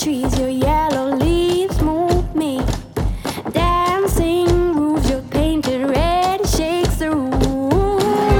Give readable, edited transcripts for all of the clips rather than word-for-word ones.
trees, your yellow leaves move me. Dancing roofs, your painted red shakes the room.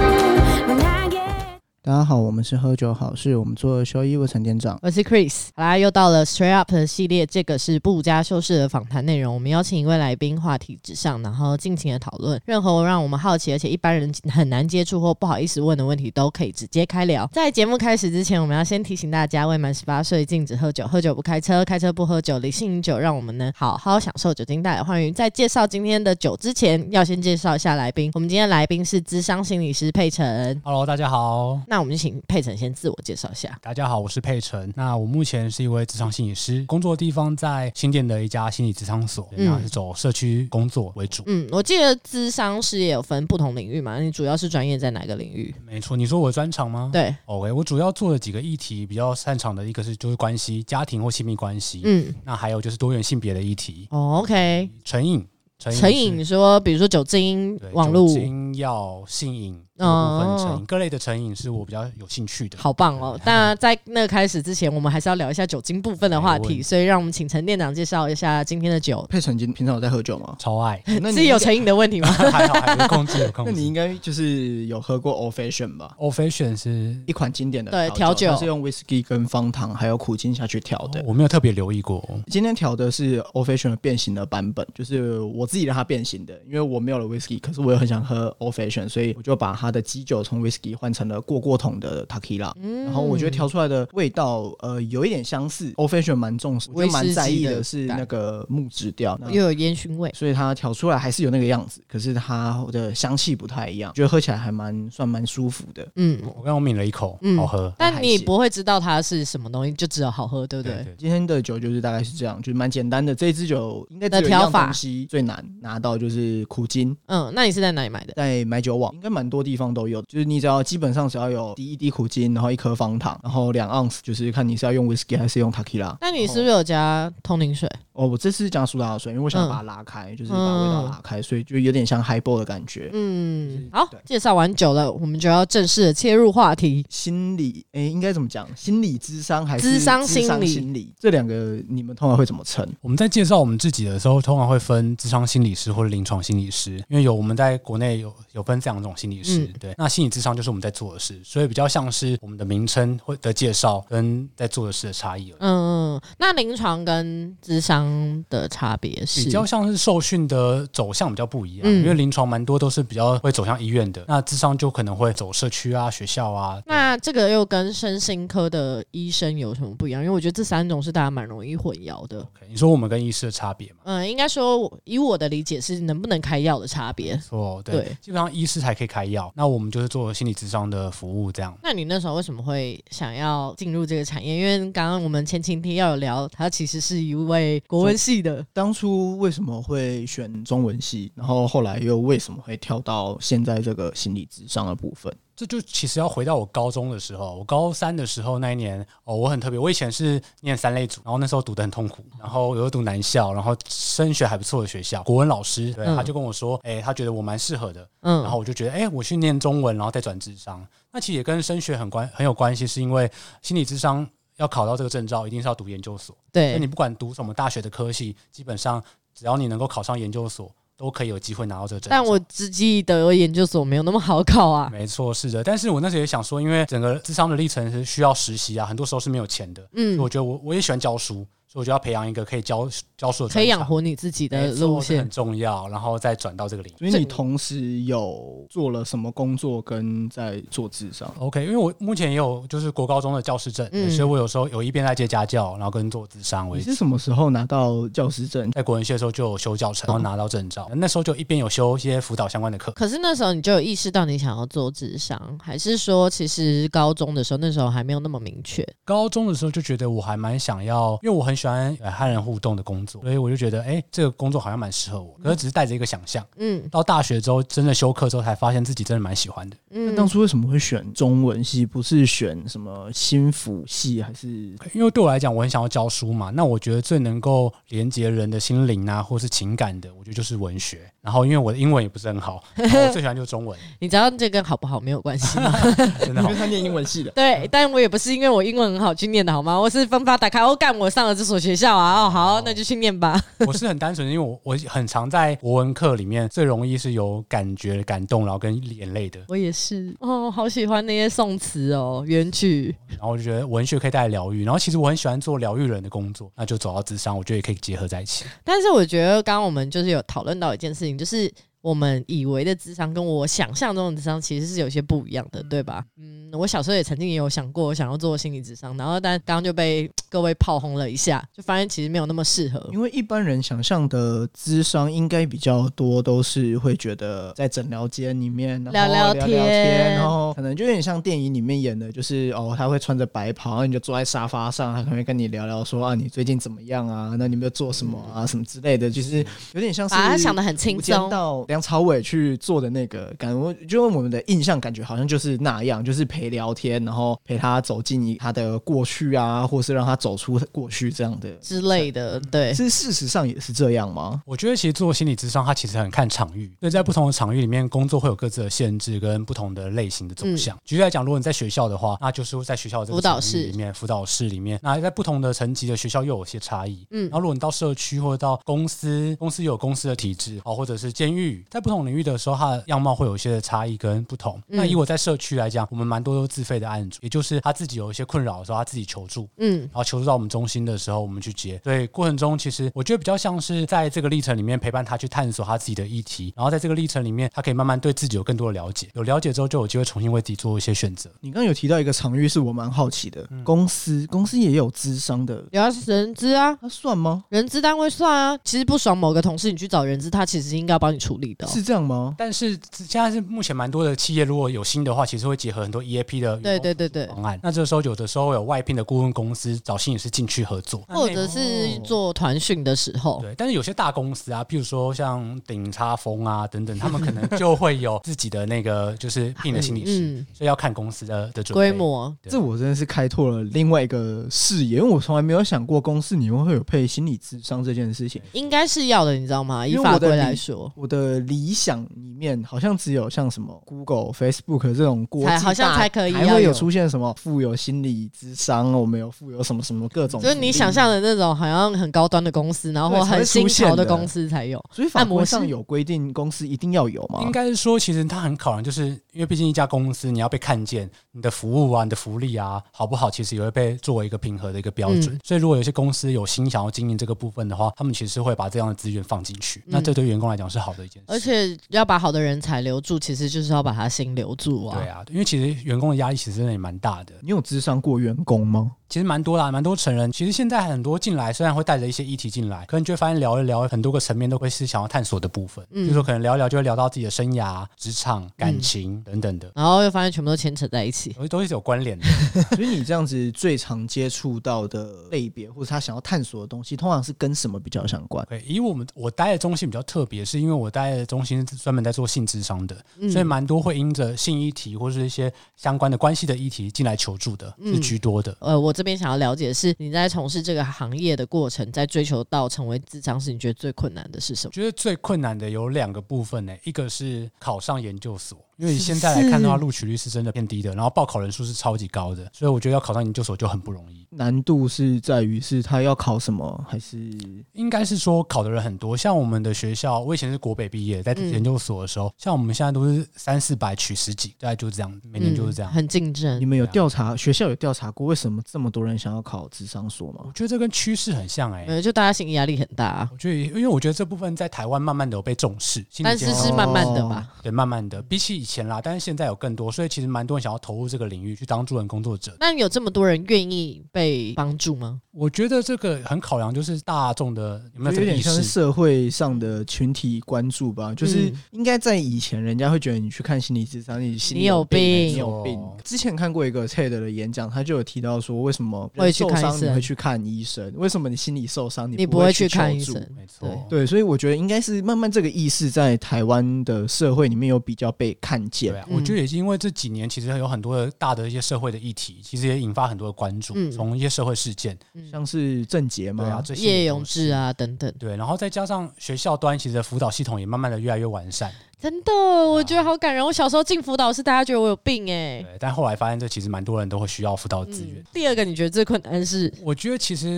When I get 大家好，我们是喝酒好事，我们做修一，我陈店长， 我是 Chris。好啦，又到了 Straight Up 的系列，这个是不加修饰的访谈内容。我们邀请一位来宾，话题指向，然后尽情的讨论任何让我们好奇而且一般人很难接触或不好意思问的问题，都可以直接开聊。在节目开始之前，我们要先提醒大家，未满18岁禁止喝酒，喝酒不开车，开车不喝酒，理性饮酒，让我们能好好享受酒精带来欢愉。在介绍今天的酒之前，要先介绍一下来宾。我们今天来宾是諮商心理师佩晨。 Hello， 大家好。 那我们就请佩晨先自我介绍一下。 大家好，我是佩晨。那我目前是一位諮商心理师，工作的地方在新店的一家心理諮商所，那是走社区工作为主。 我记得諮商师也有分不同领域嘛，你主要是专业在哪个领域？ 没错，你说我的专长吗？ 对 ，OK， 我主要做的几个议题比较擅长的一个就是关系、家庭或亲密关系，那还有就是多元性别的议题。 OK， 成瘾， 你说比如说酒精、网络、 酒精、药、性瘾。部分成瘾，各类的成瘾是我比较有兴趣的。 好棒哦！那在那个开始之前，我们还是要聊一下酒精部分的话题，所以让我们请陈店长介绍一下今天的酒。 佩晨平常有在喝酒吗？ 超爱。 那是有成瘾的问题吗？ 还好，有控制。 那你应该就是有喝过 Old Fashion 吧 ？Old Fashion 是一款经典的调酒， 它是用 whisky 跟方糖还有苦精下去调的。 我没有特别留意过。 今天调的是 Old Fashion 的变形的版本，就是我自己让它变形的，因为我没有了 whisky， 可是我又很想喝 Old Fashion， 所以我就把它的基酒从whisky 换成了过桶的 tequila，然后我觉得调出来的味道有一点相似。Old Fashion 蛮重视，我觉得蛮在意的是那个木质调， 又有烟熏味， 所以它调出来还是有那个样子，可是它的香气不太一样，觉得喝起来还算蛮舒服的。 我刚刚抿了一口，好喝， 但你不会知道它是什么东西，就只有好喝，对不对？ 对， 今天的酒就是大概是这样，就是蛮简单的。这一支酒应该只有一样东西最难拿到，就是苦精。 那你是在哪里买的？ 在买酒网，应该蛮多地方都有，就是你只要基本上只要有一滴苦精，然后1颗方糖，然后2盎司，就是看你是要用 whisky 还是用 tequila。 那你是不是有加通灵水？ 我这次加苏打水，因为我想把它拉开，就是把味道拉开，所以就有点像 highball 的感觉。 好，介绍完酒了，我们就要正式的切入话题。 心理，应该怎么讲？心理諮商还是諮商心理？这两个你们通常会怎么称？ 我们在介绍我们自己的时候，通常会分諮商心理师或者临床心理师，因为我们在国内有分这两种心理师。对，那心理諮商就是我们在做的事，所以比较像是我们的名称或的介绍跟在做的事的差异而已。 那临床跟諮商的差别是比较像是受训的走向比较不一样，因为临床蛮多都是比较会走向医院的，那諮商就可能会走社区啊、学校啊。 那这个又跟身心科的医生有什么不一样？因为我觉得这三种是大家蛮容易混淆的。 你说我们跟医师的差别吗？ 应该说以我的理解是能不能开药的差别。 对，基本上医师才可以开药，那我们就是做心理諮商的服务这样。 那你那时候为什么会想要进入这个产业？因为刚刚我们前情提要有聊，他其实是一位国文系的。 当初为什么会选中文系，然后后来又为什么会跳到现在这个心理諮商的部分？ 这就其实要回到我高中的时候，我高3的时候那一年，我很特别，我以前是念3类组，然后那时候读得很痛苦，然后有读男校，然后升学还不错的学校，国文老师对，他就跟我说，他觉得我蛮适合的，然后我就觉得，我去念中文，然后再转諮商，那其实也跟升学很有关系，是因为心理諮商要考到这个证照，一定是要读研究所， 对， 所以你不管读什么大学的科系，基本上只要你能够考上研究所，都可以有机会拿到这个证照。 但我只记得研究所没有那么好考啊。 没错，是的。但是我那时候也想说，因为整个諮商的历程是需要实习啊，很多时候是没有钱的。所以我觉得我也喜欢教书，所以我就要培养一个可以教书的专长， 可以养活你自己的路线， 很重要。然后再转到这个领域。 所以你同时有做了什么工作跟在做諮商 ？OK， 因为我目前也有就是国高中的教师证，所以我有时候有一边在接家教，然后跟做諮商为主。 你是什么时候拿到教师证？ 在国文系的时候就有修教程，然后拿到证照。那时候就一边有修一些辅导相关的课。 可是那时候你就有意识到你想要做諮商，还是说其实高中的时候那时候还没有那么明确？ 高中的时候就觉得我还蛮想要，因为我很喜欢和人互动的工作，所以我就觉得这个工作好像蛮适合我，可是只是带着一个想象。到大学之后真的修课之后才发现自己真的蛮喜欢的。 那当初为什么会选中文系，不是选什么心辅系？还是因为对我来讲我很想要教书嘛，那我觉得最能够连接人的心灵啊或是情感的，我觉得就是文学。然后因为我的英文也不是很好，然后我最喜欢就是中文。 你知道这跟好不好没有关系吗？ 真的好，因为他念英文系的。 对，但我也不是因为我英文很好去念的好吗？我是分发打开，我上了这所学校啊？哦，好，那就去念吧。 我是很单纯，因为我很常在国文课里面最容易是有感觉、感动，然后跟眼泪的。 我也是哦，好喜欢那些宋词哦，元曲。 然后我就觉得文学可以带来疗愈，然后其实我很喜欢做疗愈人的工作，那就走到諮商，我觉得也可以结合在一起。 但是我觉得刚刚我们就是有讨论到一件事情，就是我们以为的諮商跟我想象中的諮商其实是有些不一样的，对吧？我小时候也曾经也有想过想要做心理諮商，然后但刚刚就被各位炮轰了一下，就发现其实没有那么适合。 因为一般人想象的諮商应该比较多都是会觉得在诊疗间里面聊聊天，然后可能就有点像电影里面演的，就是他会穿着白袍，然后你就坐在沙发上，他可能会跟你聊聊说你最近怎么样啊？那你有没有做什么啊？什么之类的，就是有点像是把他想得很轻松。 到梁朝伟去做的那个感觉，就我们的印象感觉好像就是那样，就是陪聊天，然后陪他走进他的过去啊，或是让他走出过去这样的之类的。对， 是事实上也是这样吗？ 我觉得其实做心理諮商，它其实很看场域，所以在不同的场域里面，工作会有各自的限制跟不同的类型的走向。举例来讲，如果你在学校的话，那就是在学校的这个场域里面，辅导室里面，那在不同的层级的学校又有些差异。然后如果你到社区或者到公司又有公司的体制，或者是监狱，在不同领域的时候，它的样貌会有一些差异跟不同。那以我在社区来讲，我们蛮多都自费的案主，也就是他自己有一些困扰的时候，他自己求助，然后求助到我们中心的时候，我们去接。所以过程中，其实我觉得比较像是在这个历程里面陪伴他去探索他自己的议题，然后在这个历程里面，他可以慢慢对自己有更多的了解，有了解之后就有机会重新为自己做一些选择。 你刚刚有提到一个场域是我蛮好奇的，公司也有諮商的， 有人资啊， 它算吗？ 人资单位算啊。其实不爽某个同事，你去找人资，他其实应该要帮你处理的。 是这样吗？ 但是现在是目前蛮多的企业，如果有新的话，其实会结合很多 EAP 的对方案。那这个时候有的时候有外聘的顾问公司找心理师进去合作， 或者是做团训的时候。 对，但是有些大公司啊，譬如说像顶叉风啊等等，他们可能就会有自己的那个就是聘的心理师，所以要看公司的准备规模。 这我真的是开拓了另外一个视野，因为我从来没有想过公司里面会有配心理諮商这件事情。 应该是要的，你知道吗？以法规来说， 我的理想里面好像只有像什么 Google、Facebook 这种国际大好像才可以还会有出现什么附有心理諮商，我们有附有什么什么各种， 就是你想象的那种好像很高端的公司，然后或很新潮的公司才有。 所以法规上有规定公司一定要有吗？ 应该是说，其实它很考量，就是因为毕竟一家公司你要被看见，你的服务啊、你的福利啊好不好，其实也会被作为一个评核的一个标准。所以如果有些公司有心想要经营这个部分的话，他们其实会把这样的资源放进去，那这对员工来讲是好的一件事。 而且要把好的人才留住，其实就是要把他心留住啊。 对啊，因为其实员工的压力其实真的也蛮大的。 你有諮商过员工吗？ 其实蛮多啦，蛮多成人。其实现在很多进来，虽然会带着一些议题进来，可能就会发现聊一聊，很多个层面都会是想要探索的部分。比如说可能聊一聊就会聊到自己的生涯、职场、感情等等的， 然后又发现全部都牵扯在一起， 都是有关联的。 所以你这样子最常接触到的类别，或者他想要探索的东西，通常是跟什么比较相关？ 对，以我待的中心比较特别，是因为我待的中心是专门在做性諮商的，所以蛮多会因着性议题或是一些相关的关系的议题进来求助的，是居多的。 我这边想要了解的是，你在从事这个行业的过程，在追求到成为諮商师，你觉得最困难的是什么？ 我觉得最困难的有2个部分，一个是考上研究所。因为现在来看的话，录取率是真的偏低的，然后报考人数是超级高的，所以我觉得要考上研究所就很不容易。 难度是在于是他要考什么，还是应该是说考的人很多。像我们的学校，我以前是国北毕业，在研究所的时候，像我们现在都是300-400取10几，大概就是这样，每年就是这样， 很竞争。 你们有调查，学校有调查过为什么这么多人想要考諮商所吗？ 我觉得这跟趋势很像就大家心理压力很大啊。 我觉得，因为我觉得这部分在台湾慢慢的有被重视， 但是是慢慢的吧？ 对，慢慢的，比起以前啦，但是现在有更多，所以其实蛮多人想要投入这个领域去当助人工作者。 那有这么多人愿意被帮助吗？ 我觉得这个很考量就是大众的有没有这个意识，有点像是社会上的群体关注吧。就是应该在以前，人家会觉得你去看心理諮商，你心里有病，你有病。之前看过一个 TED 的演讲，他就有提到说，为什么人受伤你会去看医生？为什么你心理受伤你不会去看医生？ 没错， 对，所以我觉得应该是慢慢这个意识在台湾的社会里面有比较被看见。 对啊，我觉得也是因为这几年其实有很多的大的一些社会的议题，其实也引发很多的关注，从一些社会事件， 像是郑捷嘛， 对啊， 叶永志啊等等， 对，然后再加上学校端其实的辅导系统也慢慢的越来越完善。 真的，我觉得好感人。我小时候进辅导室，大家觉得我有病对，但后来发现这其实蛮多人都会需要辅导资源。 第二个，你觉得最困难是？ 我觉得其实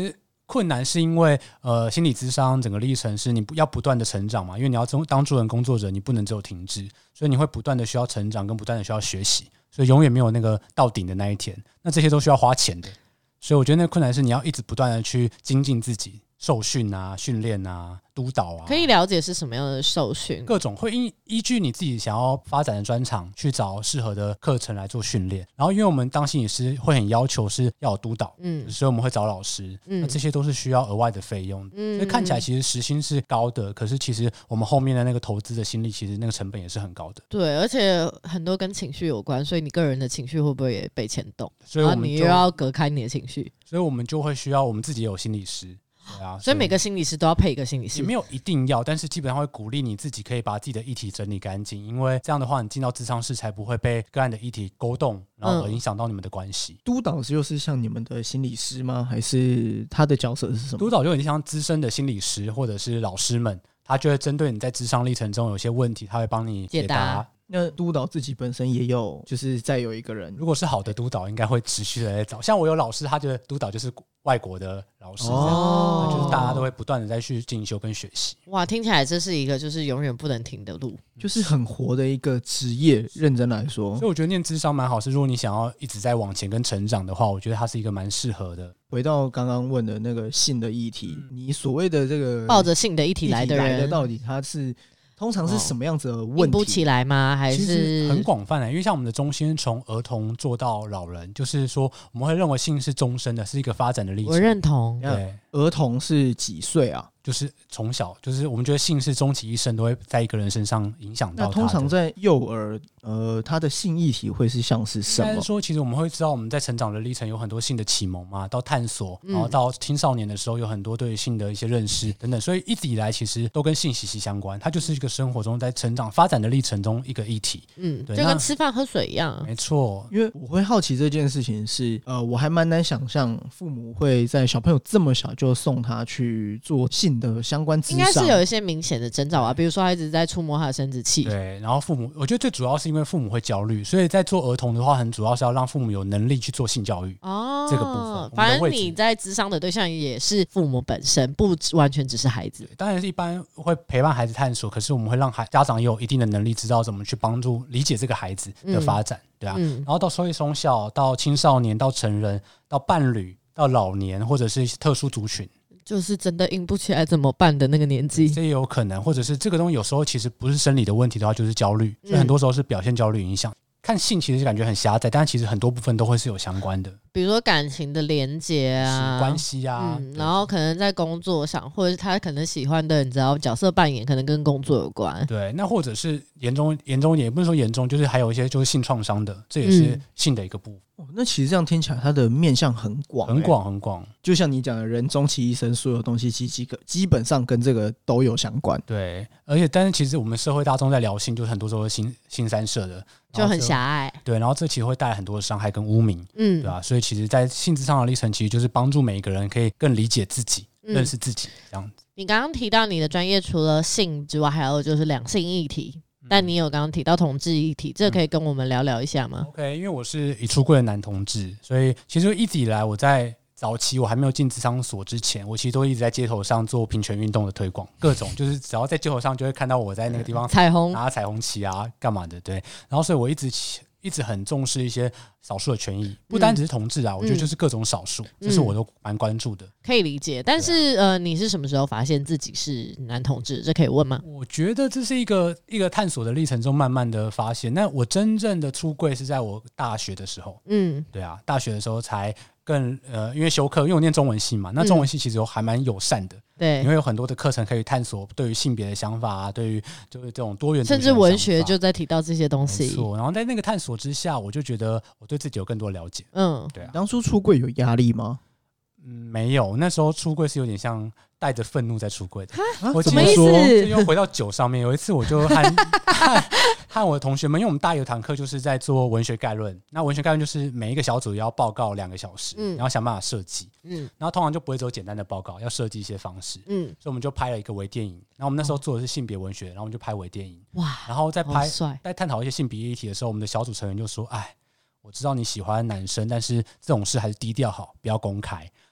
困难是因为心理咨商整个历程是你要不断的成长嘛，因为你要当助人工作者，你不能只有停滞，所以你会不断的需要成长，跟不断的需要学习，所以永远没有那个到顶的那一天。那这些都需要花钱的，所以我觉得那个困难是你要一直不断的去精进自己，受训啊、训练啊、督导啊。 可以了解是什么样的受训？ 各种会依据你自己想要发展的专长去找适合的课程来做训练。然后因为我们当心理师会很要求是要有督导，所以我们会找老师，那这些都是需要额外的费用，所以看起来其实时薪是高的，可是其实我们后面的那个投资的心力，其实那个成本也是很高的。 对，而且很多跟情绪有关，所以你个人的情绪会不会也被牵动？ 所以我们你又要隔开你的情绪， 所以我们就会需要我们自己也有心理师。对啊， 所以每个心理师都要配一个心理师， 也没有一定要，但是基本上会鼓励你自己可以把自己的议题整理干净，因为这样的话，你进到咨商室才不会被个案的议题勾动，然后而影响到你们的关系。 督导就是像你们的心理师吗？还是他的角色是什么？ 督导就很像资深的心理师或者是老师们，他就会针对你在咨商历程中有些问题，他会帮你解答。 那督导自己本身也有，就是再有一个人， 如果是好的督导，应该会持续的在找。像我有老师，他觉得督导就是外国的老师这样，就是大家都会不断的再去进修跟学习。 哇，听起来这是一个就是永远不能停的路， 就是很活的一个职业。认真来说， 所以我觉得念咨商蛮好，是如果你想要一直在往前跟成长的话，我觉得它是一个蛮适合的。 回到刚刚问的那个性的议题，你所谓的这个抱着性的议题来的人， 到底他是？通常是什么样子的问题？ 硬不起来吗？还是其实很广泛因为像我们的中心从儿童做到老人，就是说我们会认为性是终身的，是一个发展的历程。 我认同。 对， 儿童是几岁啊？ 就是从小，就是我们觉得性是终其一生都会在一个人身上影响到他的。 那通常在幼儿，他的性议题会是像是什么？ 应该是说，其实我们会知道我们在成长的历程有很多性的启蒙嘛，到探索，然后到青少年的时候有很多对性的一些认识等等，所以一直以来其实都跟性息息相关，它就是一个生活中在成长发展的历程中一个议题。对， 就跟吃饭喝水一样。 没错， 因为我会好奇这件事情是，我还蛮难想象父母会在小朋友这么小就送他去做性的相关咨商， 应该是有一些明显的征兆啊，比如说他一直在触摸他的生殖器。 对，然后父母，我觉得最主要是因为父母会焦虑，所以在做儿童的话，很主要是要让父母有能力去做性教育这个部分。 反正你在咨商的对象也是父母本身，不完全只是孩子。 当然是一般会陪伴孩子探索，可是我们会让家长也有一定的能力，知道怎么去帮助理解这个孩子的发展，对啊。然后到从小到青少年到成人到伴侣到老年或者是特殊族群。 就是真的硬不起来怎么办的那个年纪， 这也有可能，或者是这个东西有时候其实不是生理的问题的话，就是焦虑，所以很多时候是表现焦虑影响。看性其实感觉很狭窄，但其实很多部分都会是有相关的， 比如说感情的连结啊、 关系啊， 然后可能在工作上，或者是他可能喜欢的，你知道角色扮演可能跟工作有关。 对，那或者是严重也不是说严重，就是还有一些就是性创伤的，这也是性的一个部分。 那其实这样听起来，它的面向很广， 很广，很广。 就像你讲的，人终其一生，所有东西基本上跟这个都有相关。 对，但是其实我们社会大众在聊性，就是很多时候是性三摄的， 就很狭隘。对， 然后这其实会带来很多的伤害跟污名，对吧？所以其实，在性咨商的历程，其实就是帮助每一个人可以更理解自己、认识自己这样子。 你刚刚提到你的专业除了性之外，还有就是两性议题。但你有刚刚提到同志议题，这个可以跟我们聊聊一下吗 ？OK， 因为我是已出柜的男同志，所以其实一直以来我在早期我还没有进咨商所之前，我其实都一直在街头上做平权运动的推广，各种就是只要在街头上就会看到我在那个地方彩虹拿彩虹旗啊干嘛的，对。然后所以我一直很重视一些少数的权益，不单只是同志啊，我觉得就是各种少数，这是我都蛮关注的。 可以理解，但是你是什么时候发现自己是男同志？这可以问吗？ 我觉得这是一个探索的历程中慢慢的发现。那我真正的出柜是在我大学的时候，对啊，大学的时候才更因为修课，因为我念中文系嘛，那中文系其实还蛮友善的。对，因为有很多的课程可以探索对于性别的想法啊，对于就是这种多元甚至文学就在提到这些东西。没错，然后在那个探索之下，我就觉得我对自己有更多了解。对啊。 当初出柜有压力吗？ 没有，那时候出柜是有点像带着愤怒在出柜的。 我什么意思？ 又回到酒上面。有一次我就和我的同学们，因为我们大一有堂课就是在做文学概论，那文学概论就是每一个小组要报告2个小时，然后想办法设计，然后通常就不会只有简单的报告，要设计一些方式，所以我们就拍了一个微电影。然后我们那时候做的是性别文学，然后我们就拍微电影，哇！然后在探讨一些性别议题的时候，我们的小组成员就说：“哎，我知道你喜欢男生，但是这种事还是低调好，不要公开。”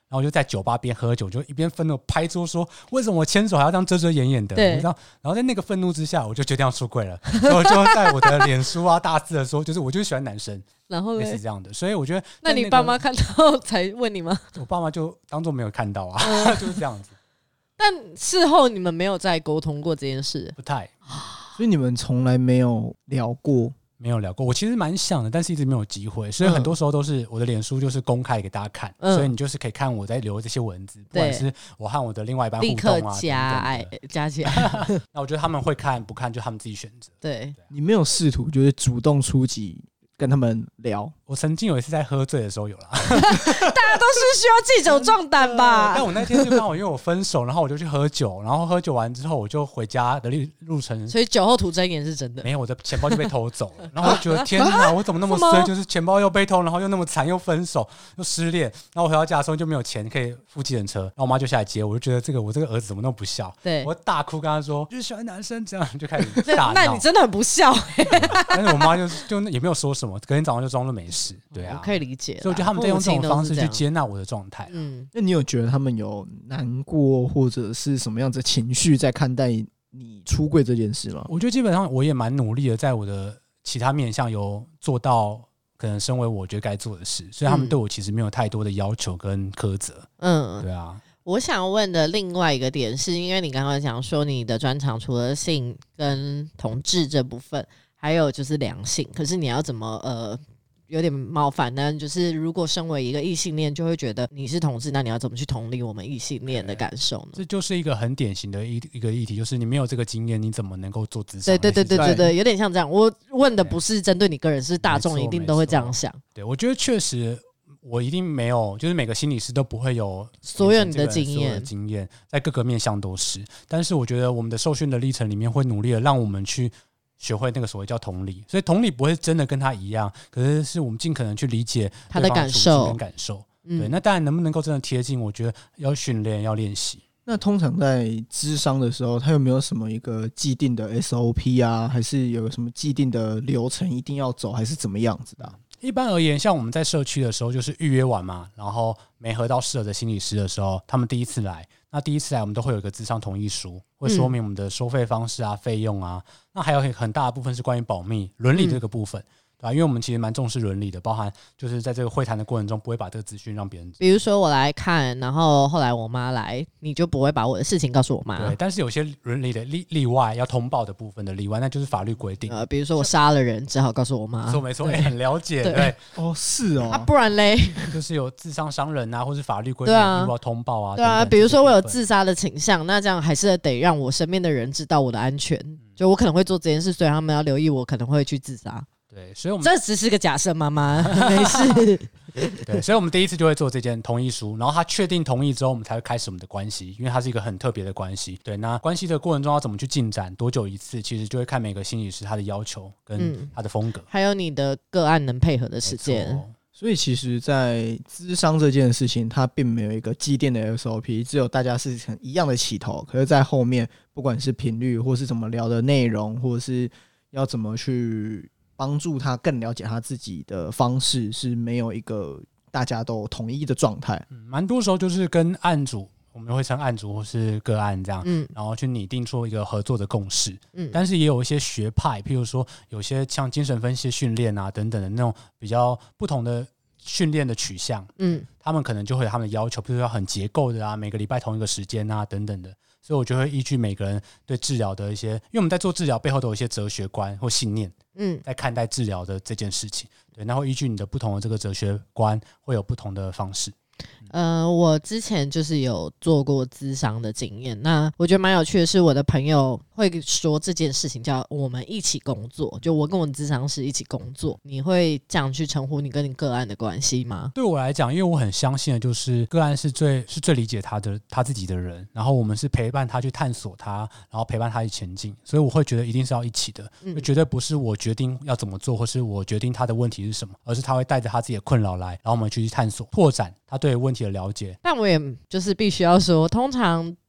然后我就在酒吧边喝酒，就一边愤怒拍桌说：“为什么我牵手还要这样遮遮掩掩的？” 对。 然后在那个愤怒之下，我就决定要出柜了。然后我就在我的脸书啊大肆的说，就是我就是喜欢男生， 然后类似这样的。所以我觉得、 那你爸妈看到才问你吗？ 我爸妈就当作没有看到啊，就是这样子。 但事后你们没有再沟通过这件事？ 不太。 所以你们从来没有聊过？ 没有聊过，我其实蛮想的，但是一直没有机会，所以很多时候都是我的脸书就是公开给大家看，所以你就是可以看我在留这些文字，不管是我和我的另外一半互动啊， 立刻加起来。 那我觉得他们会看不看就他们自己选择。 对， 你没有试图就是主动出击跟他们聊？ 我曾经有一次在喝醉的时候有啦， 大家都是需要记酒壮胆吧。 但我那天就刚好因为我分手，然后我就去喝酒，然后喝酒完之后我就回家的路程， 所以酒后吐真言是真的。 没有，我的钱包就被偷走了，然后我就觉得天哪，我怎么那么衰？就是钱包又被偷，然后又那么惨，又分手，又失恋，然后我回到家的时候就没有钱可以付计程车，然后我妈就下来接我，就觉得我这个儿子怎么那么不孝？ 对， 我大哭跟他说，就是喜欢男生，这样就开始大闹。 那你真的很不孝但是我妈就也没有说什么，隔天早上就装作没事。对啊， 我可以理解。 所以我觉得他们在用这种方式去接纳我的状态。 那你有觉得他们有难过或者是什么样子的情绪在看待你出柜这件事吗？ 我觉得基本上我也蛮努力的，在我的其他面向有做到可能身为我觉得该做的事，所以他们对我其实没有太多的要求跟苛责。对啊。 我想问的另外一个点是，因为你刚刚讲说你的专长除了性跟同志这部分，还有就是两性，可是你要怎么有点冒犯，但就是如果身为一个异性恋，就会觉得你是同志，那你要怎么去同理我们异性恋的感受呢？ 这就是一个很典型的一个议题，就是你没有这个经验，你怎么能够做咨商？ 对，有点像这样。我问的不是针对你个人，是大众一定都会这样想。 对，我觉得确实。我一定没有，就是每个心理师都不会有所有你的经验，在各个面向都是。但是我觉得我们的受训的历程里面会努力的让我们去学会那个所谓叫同理，所以同理不会真的跟他一样，可是我们尽可能去理解他的感受跟感受。对，那当然能不能够真的贴近，我觉得要训练要练习。 那通常在諮商的时候，他有没有什么一个既定的 SOP 啊，还是有什么既定的流程一定要走，还是怎么样子的一般而言，像我们在社区的时候，就是预约完嘛，然后没合到适合的心理师的时候，他们第一次来，那第一次来我们都会有一个諮商同意书，会说明我们的收费方式啊、费用啊。那还有很大的部分是关于保密、伦理这个部分。对吧？因为我们其实蛮重视伦理的，包含就是在这个会谈的过程中，不会把这个资讯让别人知道。 比如说我来看，然后后来我妈来，你就不会把我的事情告诉我妈。 对，但是有些伦理的例外，要通报的部分的例外，那就是法律规定。 比如说我杀了人，只好告诉我妈。 没错，很了解。对， 是哦。 不然嘞， 就是有自伤伤人啊，或是法律规定要通报啊。 对啊，比如说我有自杀的倾向，那这样还是得让我身边的人知道我的安全。就我可能会做这件事，所以他们要留意我可能会去自杀。 对，所以我们这只是个假设，妈妈没事。 对，所以我们第一次就会做这件同意书，然后他确定同意之后，我们才会开始我们的关系，因为它是一个很特别的关系。对，那关系的过程中要怎么去进展，多久一次，其实就会看每个心理师他的要求跟他的风格， 还有你的个案能配合的时间。 所以其实在諮商这件事情，它并没有一个既定的 SOP， 只有大家是一样的起头，可是在后面不管是频率或是怎么聊的内容，或者是要怎么去帮助他更了解他自己的方式，是没有一个大家都统一的状态。 蛮多时候就是跟案主，我们会称案主或是个案这样，然后去拟定出一个合作的共识。但是也有一些学派，譬如说有些像精神分析训练啊等等的那种比较不同的训练的取向，他们可能就会有他们的要求，譬如说很结构的啊，每个礼拜同一个时间啊等等的。所以我就会依据每个人对治疗的一些，因为我们在做治疗背后都有一些哲学观或信念，在看待治疗的这件事情。对，那会依据你的不同的这个哲学观，会有不同的方式。 我之前就是有做过諮商的经验，那我觉得蛮有趣的是，我的朋友会说这件事情叫我们一起工作，就我跟我的諮商师一起工作。你会这样去称呼你跟你个案的关系吗？ 对我来讲，因为我很相信的就是个案是最理解他自己的人，然后我们是陪伴他去探索他，然后陪伴他去前进，所以我会觉得一定是要一起的，绝对不是我决定要怎么做，或是我决定他的问题是什么，而是他会带着他自己的困扰来，然后我们去探索拓展他对问题的了解。 但我也就是必须要说，通常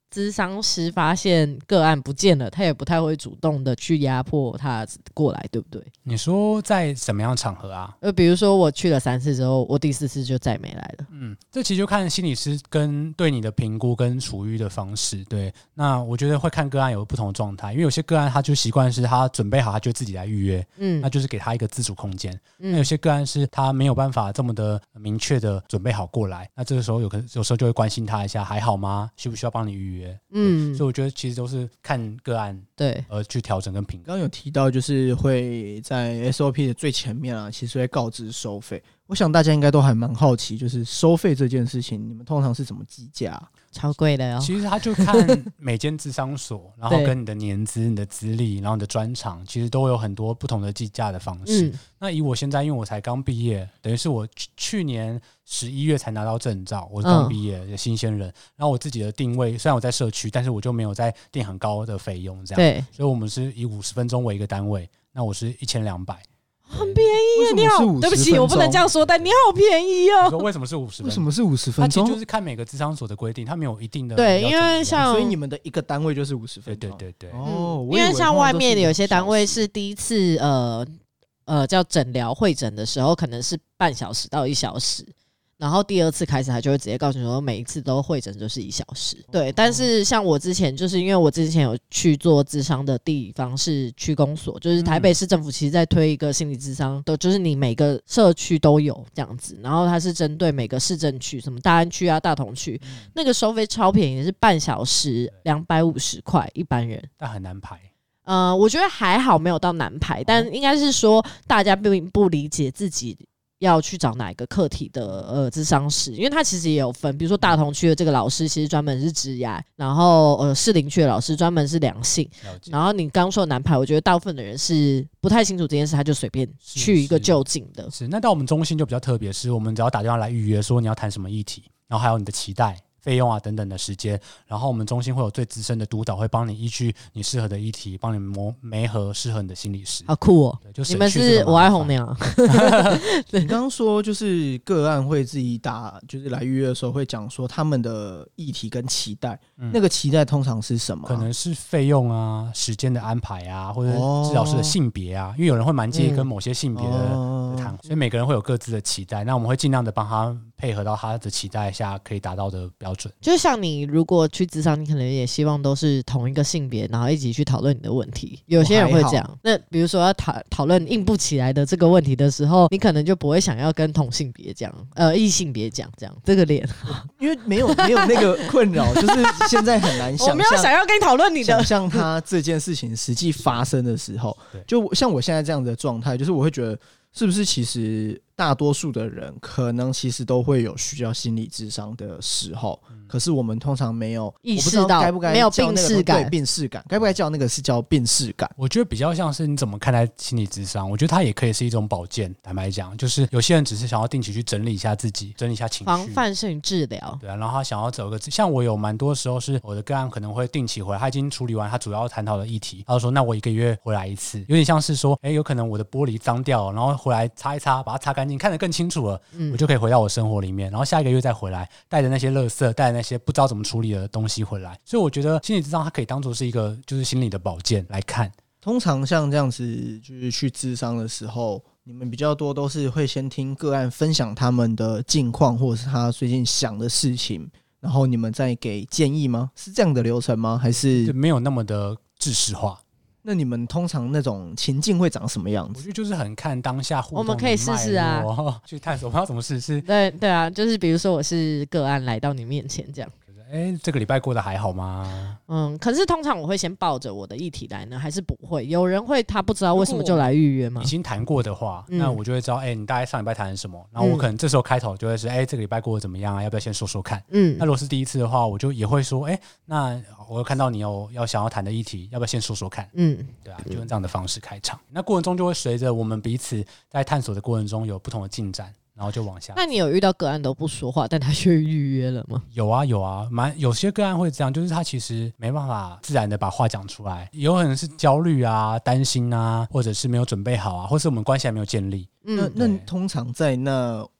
諮商師发现个案不见了，他也不太会主动的去压迫他过来，对不对？ 你说在什么样的场合啊？ 比如说我去了3次之后，我第4次就再没来了。 这其实就看心理师跟对你的评估跟处遇的方式。对，那我觉得会看个案有不同的状态，因为有些个案他就习惯是他准备好他就自己来预约，那就是给他一个自主空间。那有些个案是他没有办法这么的明确的准备好过来，那这个时候有时候就会关心他一下，还好吗？需不需要帮你预约？所以我觉得其实都是看个案对去调整跟评估。 刚刚有提到就是会在 SOP 的最前面啊，其实会告知收费。我想大家应该都还蛮好奇，就是收费这件事情，你们通常是怎么计价？ 超贵的哦。 其实他就看每间諮商所，然后跟你的年资、你的资历，然后你的专长，其实都有很多不同的计价的方式。那以我现在，因为我才刚毕业，等于是我去年11月才拿到证照，我是刚毕业的新鲜人。然后我自己的定位，虽然我在社区，但是我就没有在定很高的费用这样。 对， 所以我们是以50分钟为一个单位，那我是1200。 很便宜耶，你好，对不起，我不能这样说，但你好便宜哦。 你说为什么是50分钟？ 为什么是50分钟？ 它其实就是看每个諮商所的规定，它没有一定的。 对，因为像所以你们的一个单位就是50分钟。 对。 哦， 因为像外面的有些单位是第一次叫诊疗会诊的时候，可能是半小时到1小时。然后第2次开始，他就会直接告诉你说，每一次都会诊就是1小时。对，但是像我之前，就是因为我之前有去做諮商的地方是区公所，就是台北市政府其实在推一个心理諮商的，就是你每个社区都有这样子，然后它是针对每个市政区，什么大安区啊、大同区，那个收费超便宜，是半小时250块一般人， 但很难排。 我觉得还好，没有到难排，但应该是说大家并不理解自己要去找哪一个课题的諮商师，因为他其实也有分，比如说大同区的这个老师其实专门是职涯，然后士林区的老师专门是良性，然后你刚说的南排，我觉得大部分的人是不太清楚这件事，他就随便去一个就近的。 是，那到我们中心就比较特别，是我们只要打电话来预约，说你要谈什么议题，然后还有你的期待、费用啊等等的时间，然后我们中心会有最资深的督导，会帮你依据你适合的议题，帮你媒合适合你的心理师。 好酷哦！ 就你们是我爱红娘。 你刚刚说就是个案会自己打，就是来预约的时候会讲说他们的议题跟期待，那个期待通常是什么？ 可能是费用啊、时间的安排啊，或者治疗师的性别啊，因为有人会蛮介意跟某些性别的谈，所以每个人会有各自的期待。那我们会尽量的帮他配合到他的期待下可以达到的标准。 就像你如果去諮商，你可能也希望都是同一个性别，然后一起去讨论你的问题。有些人会这样。那比如说要讨论硬不起来的这个问题的时候，你可能就不会想要跟同性别讲，异性别讲这样。这个脸， 因为没有那个困扰，就是现在很难想象。 我没有想要跟你讨论你的， 想象他这件事情实际发生的时候，就像我现在这样的状态，就是我会觉得是不是其实大多数的人可能其实都会有需要心理諮商的时候，可是我们通常没有意识到， 该不该没有病识感， 对，病识感，该不该叫那个是叫病识感？ 我觉得比较像是你怎么看待心理諮商，我觉得它也可以是一种保健。坦白讲，就是有些人只是想要定期去整理一下自己，整理一下情绪， 防范性治疗。 对啊，然后他想要走个，像我有蛮多时候是我的个案可能会定期回来，他已经处理完他主要探讨的议题，他就说那我1个月回来1次，有点像是说，有可能我的玻璃脏掉了，然后回来擦一擦，把它擦干净，看得更清楚了，我就可以回到我生活里面，然后下1个月再回来，带着那些垃圾，带着那些不知道怎么处理的东西回来。所以我觉得心理諮商它可以当作是一个就是心理的保健来看。 通常像这样子就是去諮商的时候，你们比较多都是会先听个案分享他们的近况或者是他最近想的事情，然后你们再给建议吗？是这样的流程吗？还是没有那么的制式化？ 那你们通常那种情境会长什么样子？ 我觉得就是很看当下互动的脉络， 我们可以试试啊， 去探索，我不知道怎么试试。 对啊，就是比如说我是个案来到你面前这样。 这个礼拜过得还好吗？ 可是通常我会先抱着我的议题来呢，还是不会？有人会他不知道为什么就来预约吗？ 已经谈过的话，那我就会知道，你大概上礼拜谈了什么，然后我可能这时候开头就会是，这个礼拜过得怎么样啊？要不要先说说看？那如果是第一次的话，我就也会说，那我看到你有想要谈的议题，要不要先说说看？对啊，就用这样的方式开场。那过程中就会随着我们彼此在探索的过程中有不同的进展。然后就往下。 那你有遇到个案都不说话，但他却预约了吗？ 有啊，有些个案会这样，就是他其实没办法自然的把话讲出来，有可能是焦虑啊、担心啊，或者是没有准备好啊，或是我们关系还没有建立。 那通常在那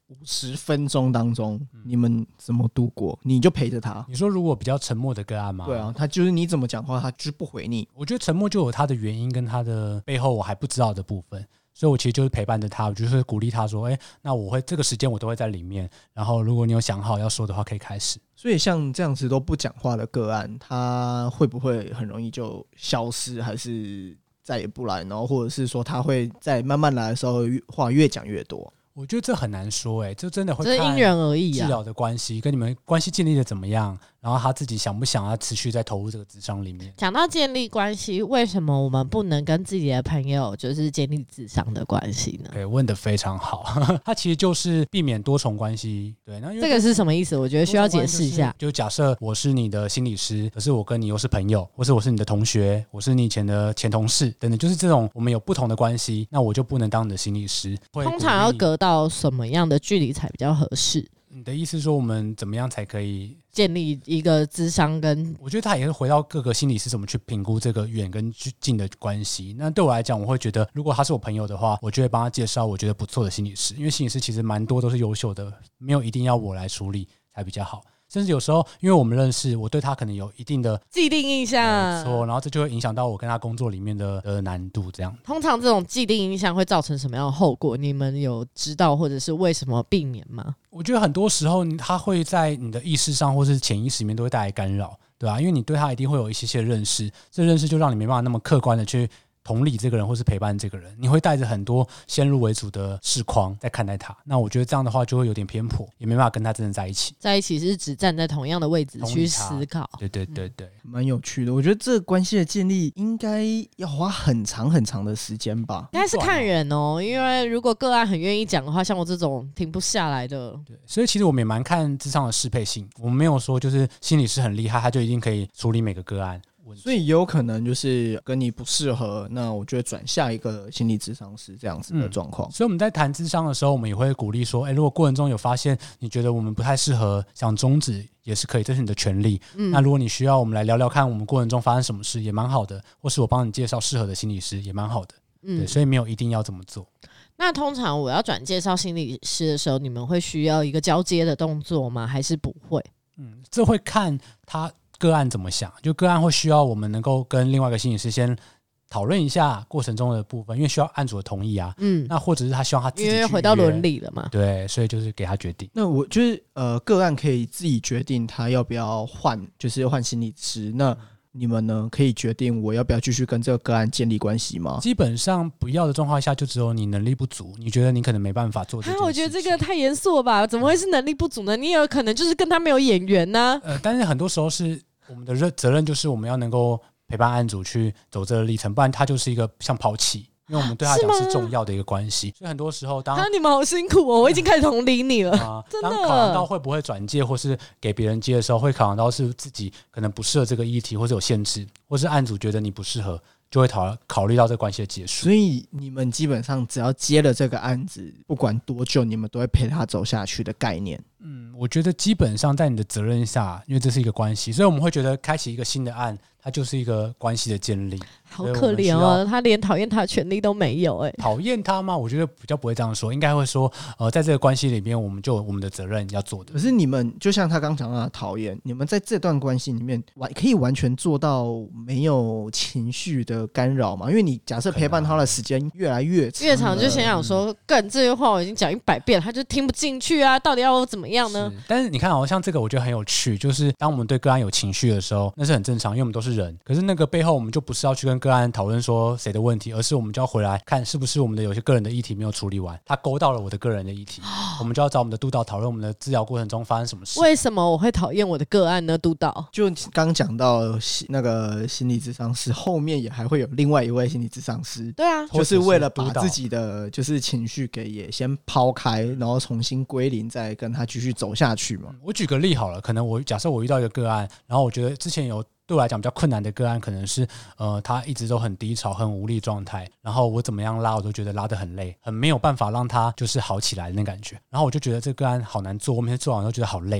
50分钟当中，你们怎么度过？你就陪着他。 你说如果比较沉默的个案吗？ 对啊，他就是你怎么讲话，他就是不回你。 我觉得沉默就有他的原因跟他的背后我还不知道的部分。所以我其实就是陪伴着他，我就是鼓励他说，那我会这个时间我都会在里面，然后如果你有想好要说的话可以开始。 所以像这样子都不讲话的个案，他会不会很容易就消失，还是再也不来？然后或者是说他会在慢慢来的时候话越讲越多？ 我觉得这很难说，这真的会看这因人而异啊。 治疗的关系跟你们关系建立的怎么样，然后他自己想不想要持续在投入这个諮商里面。 讲到建立关系，为什么我们不能跟自己的朋友就是建立諮商的关系呢？ 对，问得非常好。它其实就是避免多重关系。对，那这个是什么意思？我觉得需要解释一下。 就假设我是你的心理师，可是我跟你又是朋友，或是我是你的同学，我是你以前的前同事等等，就是这种我们有不同的关系，那我就不能当你的心理师。 通常要隔到什么样的距离才比较合适？ 你的意思是说我们怎么样才可以建立一个諮商跟？ 我觉得他也是回到各个心理师怎么去评估这个远跟近的关系。那对我来讲，我会觉得如果他是我朋友的话，我就会帮他介绍我觉得不错的心理师，因为心理师其实蛮多都是优秀的，没有一定要我来处理才比较好。甚至有时候因为我们认识，我对他可能有一定的既定印象， 没错，然后这就会影响到我跟他工作里面的难度。这样通常这种既定印象会造成什么样的后果？你们有知道或者是为什么避免吗？ 我觉得很多时候他会在你的意识上或是潜意识里面都会带来干扰，对啊，因为你对他一定会有一些认识，这认识就让你没办法那么客观的去同理这个人或是陪伴这个人，你会带着很多先入为主的视框在看待他。那我觉得这样的话就会有点偏颇，也没办法跟他真的在一起。 在一起是只站在同样的位置去思考。 对对对对， 蛮有趣的。我觉得这个关系的建立应该要花很长很长的时间吧。 应该是看人哦，因为如果个案很愿意讲的话，像我这种停不下来的。 对，所以其实我们也蛮看諮商的适配性，我们没有说就是心理师很厉害，他就一定可以处理每个个案。 所以也有可能就是跟你不适合，那我就会转下一个心理諮商师这样子的状况。 所以我们在谈諮商的时候，我们也会鼓励说，如果过程中有发现你觉得我们不太适合，想终止也是可以，这是你的权利。那如果你需要我们来聊聊看我们过程中发生什么事，也蛮好的，或是我帮你介绍适合的心理师也蛮好的。对，所以没有一定要这么做。 那通常我要转介绍心理师的时候，你们会需要一个交接的动作吗？还是不会？ 这会看他个案怎么想，就个案会需要我们能够跟另外一个心理师先讨论一下过程中的部分，因为需要案主的同意啊。那或者是他希望他自己去约， 因为回到伦理了嘛。 对，所以就是给他决定。 那我就是个案可以自己决定他要不要换，就是换心理师。那你们呢，可以决定我要不要继续跟这个个案建立关系吗？ 基本上不要的状况下，就只有你能力不足，你觉得你可能没办法做这件事情。 我觉得这个太严肃了吧？怎么会是能力不足呢？你也有可能就是跟他没有眼缘呢。 但是很多时候是我们的责任，就是我们要能够陪伴案主去走这个历程，不然他就是一个像抛弃。因为我们对他讲是重要的一个关系，所以很多时候你们好辛苦哦，我已经开始同理你了。真的， 当考量到会不会转介或是给别人接的时候，会考量到是自己可能不适合这个议题，或是有限制，或是案主觉得你不适合，就会考虑到这个关系的结束。 所以你们基本上只要接了这个案子，不管多久，你们都会陪他走下去的概念。 我觉得基本上在你的责任下，因为这是一个关系，所以我们会觉得开启一个新的案，它就是一个关系的建立。 好可怜哦，他连讨厌他的权利都没有。 讨厌他吗？我觉得比较不会这样说，应该会说在这个关系里面，我们就有我们的责任要做的。 可是你们就像他刚讲到的讨厌，你们在这段关系里面可以完全做到没有情绪的干扰吗？因为你假设陪伴他的时间越来越长， 就想说干这句话我已经讲100遍，他就听不进去啊，到底要我怎么样呢？ 但是你看像这个我觉得很有趣，就是当我们对个案有情绪的时候，那是很正常，因为我们都是人。可是那个背后我们就不是要去跟个案讨论说谁的问题，而是我们就要回来看是不是我们的有些个人的议题没有处理完，他勾到了我的个人的议题，我们就要找我们的督导讨论我们的治疗过程中发生什么事。 为什么我会讨厌我的个案呢？督导就刚讲到那个心理諮商师后面也还会有另外一位心理諮商师， 对啊， 就是为了把自己的就是情绪给也先抛开，然后重新归零，再跟他继续走下去嘛。 我举个例好了，可能假设我遇到一个个案，然后我觉得之前有对我来讲比较困难的个案，可能是他一直都很低潮很无力状态，然后我怎么样拉我都觉得拉得很累，很没有办法让他就是好起来的那感觉，然后我就觉得这个案好难做，我每次做完都觉得好累。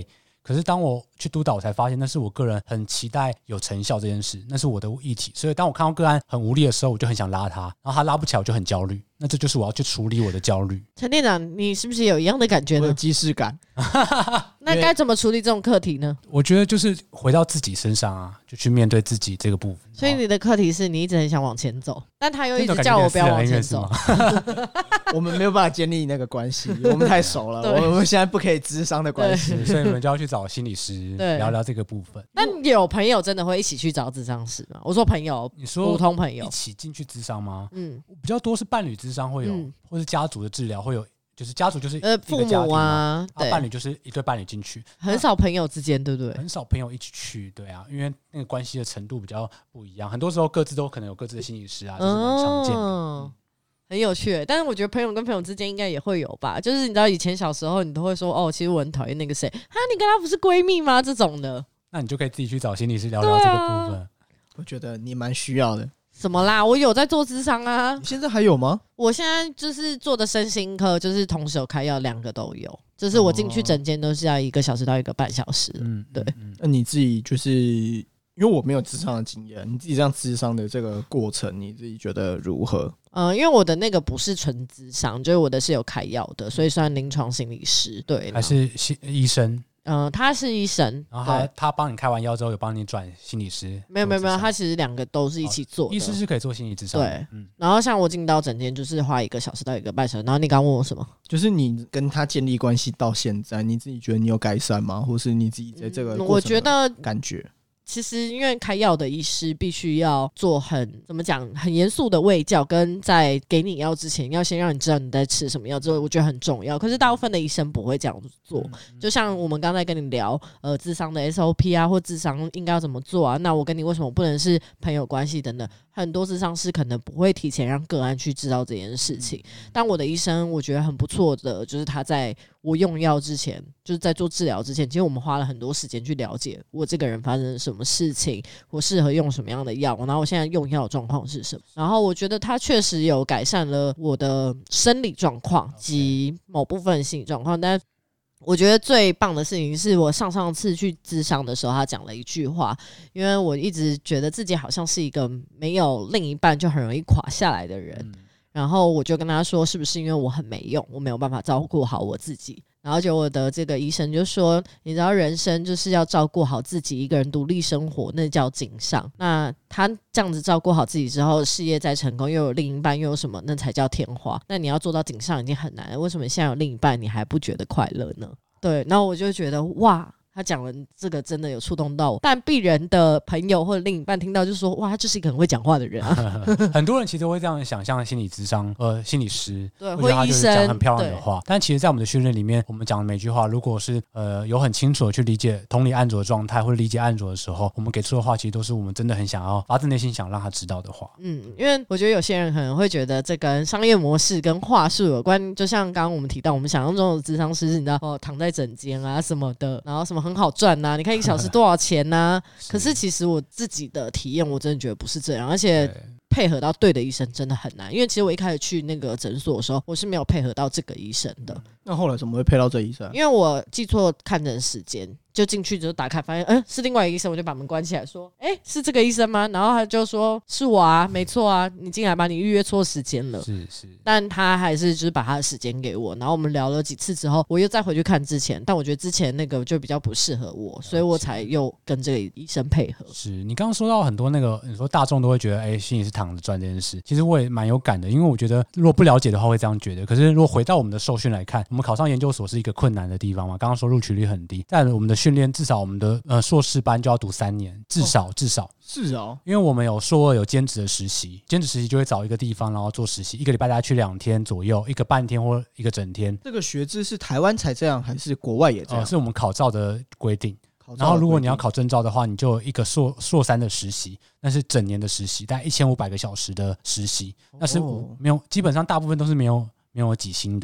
可是当我去督导，我才发现那是我个人很期待有成效这件事，那是我的议题。所以当我看到个案很无力的时候，我就很想拉他，然后他拉不起来，我就很焦虑。那这就是我要去处理我的焦虑。 陈店长，你是不是有一样的感觉呢？ 我有既视感。 那该怎么处理这种课题呢？ 我觉得就是回到自己身上啊，就去面对自己这个部分。 所以你的课题是你一直很想往前走，但他又一直叫我不要往前走。 我们没有办法建立那个关系，我们太熟了，我们现在不可以咨商的关系， 所以你们就要去找心理师聊聊这个部分。 那有朋友真的会一起去找咨商师吗？我说朋友， 你说普通朋友一起进去咨商吗？比较多是伴侣咨商会有，或是家族的治疗会有。就是家族就是父母啊， 对，伴侣就是一对伴侣进去， 很少朋友之间，对不对？ 很少朋友一起去，对啊，因为那个关系的程度比较不一样，很多时候各自都可能有各自的心理师啊，这是蛮常见的。 很有趣，但是我觉得朋友跟朋友之间应该也会有吧，就是你知道以前小时候你都会说哦，其实我很讨厌那个谁啊，你跟他不是闺蜜吗？这种的， 那你就可以自己去找心理师聊聊这个部分。 我觉得你蛮需要的。 什么啦？我有在做諮商啊。 你现在还有吗？ 我现在就是做的身心科，就是同时有开药，2个都有。就是我进去诊间都是要1个小时到1个半小时。对。 那你自己就是因为我没有諮商的经验，你自己这样諮商的这个过程，你自己觉得如何？ 因为我的那个不是纯諮商，就是我的是有开药的，所以算临床心理师。对， 还是医生？ 他是医生， 然后他帮你开完药之后，有帮你转心理师？ 没有，他其实2个都是一起做的。 医师是可以做心理咨商。 对，然后像我进到诊间就是花1个小时到1个半小时。然后你刚问我什么？就是你跟他建立关系到现在，你自己觉得你有改善吗？或是你自己在这个过程的感觉？ 其实因为开药的医师必须要做怎么讲很严肃的卫教，跟在给你药之前要先让你知道你在吃什么药，这我觉得很重要。可是大部分的医生不会这样做，就像我们刚才跟你聊諮商的 SOP 啊，或諮商应该要怎么做啊，那我跟你为什么不能是朋友关系等等，很多諮商师可能不会提前让个案去知道这件事情。但我的医生我觉得很不错的，就是他在我用药之前，就是在做治疗之前，其实我们花了很多时间去了解我这个人发生了什么事情，我适合用什么样的药，然后我现在用药的状况是什么。然后我觉得他确实有改善了我的生理状况及某部分心理状况，但我觉得最棒的事情是我上次去諮商的时候，他讲了一句话，因为我一直觉得自己好像是一个没有另一半就很容易垮下来的人。然后我就跟他说，是不是因为我很没用，我没有办法照顾好我自己。然后就我的这个医生就说，你知道人生就是要照顾好自己，一个人独立生活，那叫锦上。那他这样子照顾好自己之后，事业再成功，又有另一半，又有什么，那才叫天花。那你要做到锦上已经很难了，为什么现在有另一半你还不觉得快乐呢？对，然后我就觉得哇，他讲了这个真的有触动到我，但鄙人的朋友或者另一半听到就说，哇，他就是一个很会讲话的人啊。很多人其实会这样想象心理咨商心理师， 对， 或医生讲很漂亮的话，但其实在我们的训练里面，我们讲的每句话如果是有很清楚的去理解同理案主的状态或者理解案主的时候，我们给出的话其实都是我们真的很想要发自内心想让他知道的话。 因为我觉得有些人可能会觉得这跟商业模式跟话术有关，就像刚刚我们提到我们想象中的咨商师是你知道躺在诊间啊什么的，然后什么很好赚啊，你看1小时多少钱啊可是其实我自己的体验我真的觉得不是这样，而且配合到对的医生真的很难，因为其实我一开始去那个诊所的时候，我是没有配合到这个医生的。 那后来怎么会配到这医生？ 因为我记错看诊时间，就进去就打开发现是另外一个医生，我就把门关起来说是这个医生吗？然后他就说是我啊，没错啊，你进来吧，你预约错时间了。 是， 但他还是就是把他的时间给我，然后我们聊了几次之后，我又再回去看之前，但我觉得之前那个就比较不适合我，所以我才又跟这个医生配合。 是你刚刚说到很多那个你说大众都会觉得心理是躺着赚这件事，其实我也蛮有感的，因为我觉得如果不了解的话会这样觉得，可是如果回到我们的受训来看，我们考上研究所是一个困难的地方嘛，刚刚说录取率很低，但我们的训练至少我们的硕士班就要读3年，至少是哦， 因为我们有硕2有兼职的实习，兼职实习就会找一个地方然后做实习，1个礼拜大概去2天左右，1个半天或1个整天。 这个学制是台湾才这样还是国外也这样？ 是我们考照的规定。然后如果你要考证照的话，你就有一个硕3的实习，那是整年的实习，大概1500个小时的实习，那是没有，基本上大部分都是没有几薪的。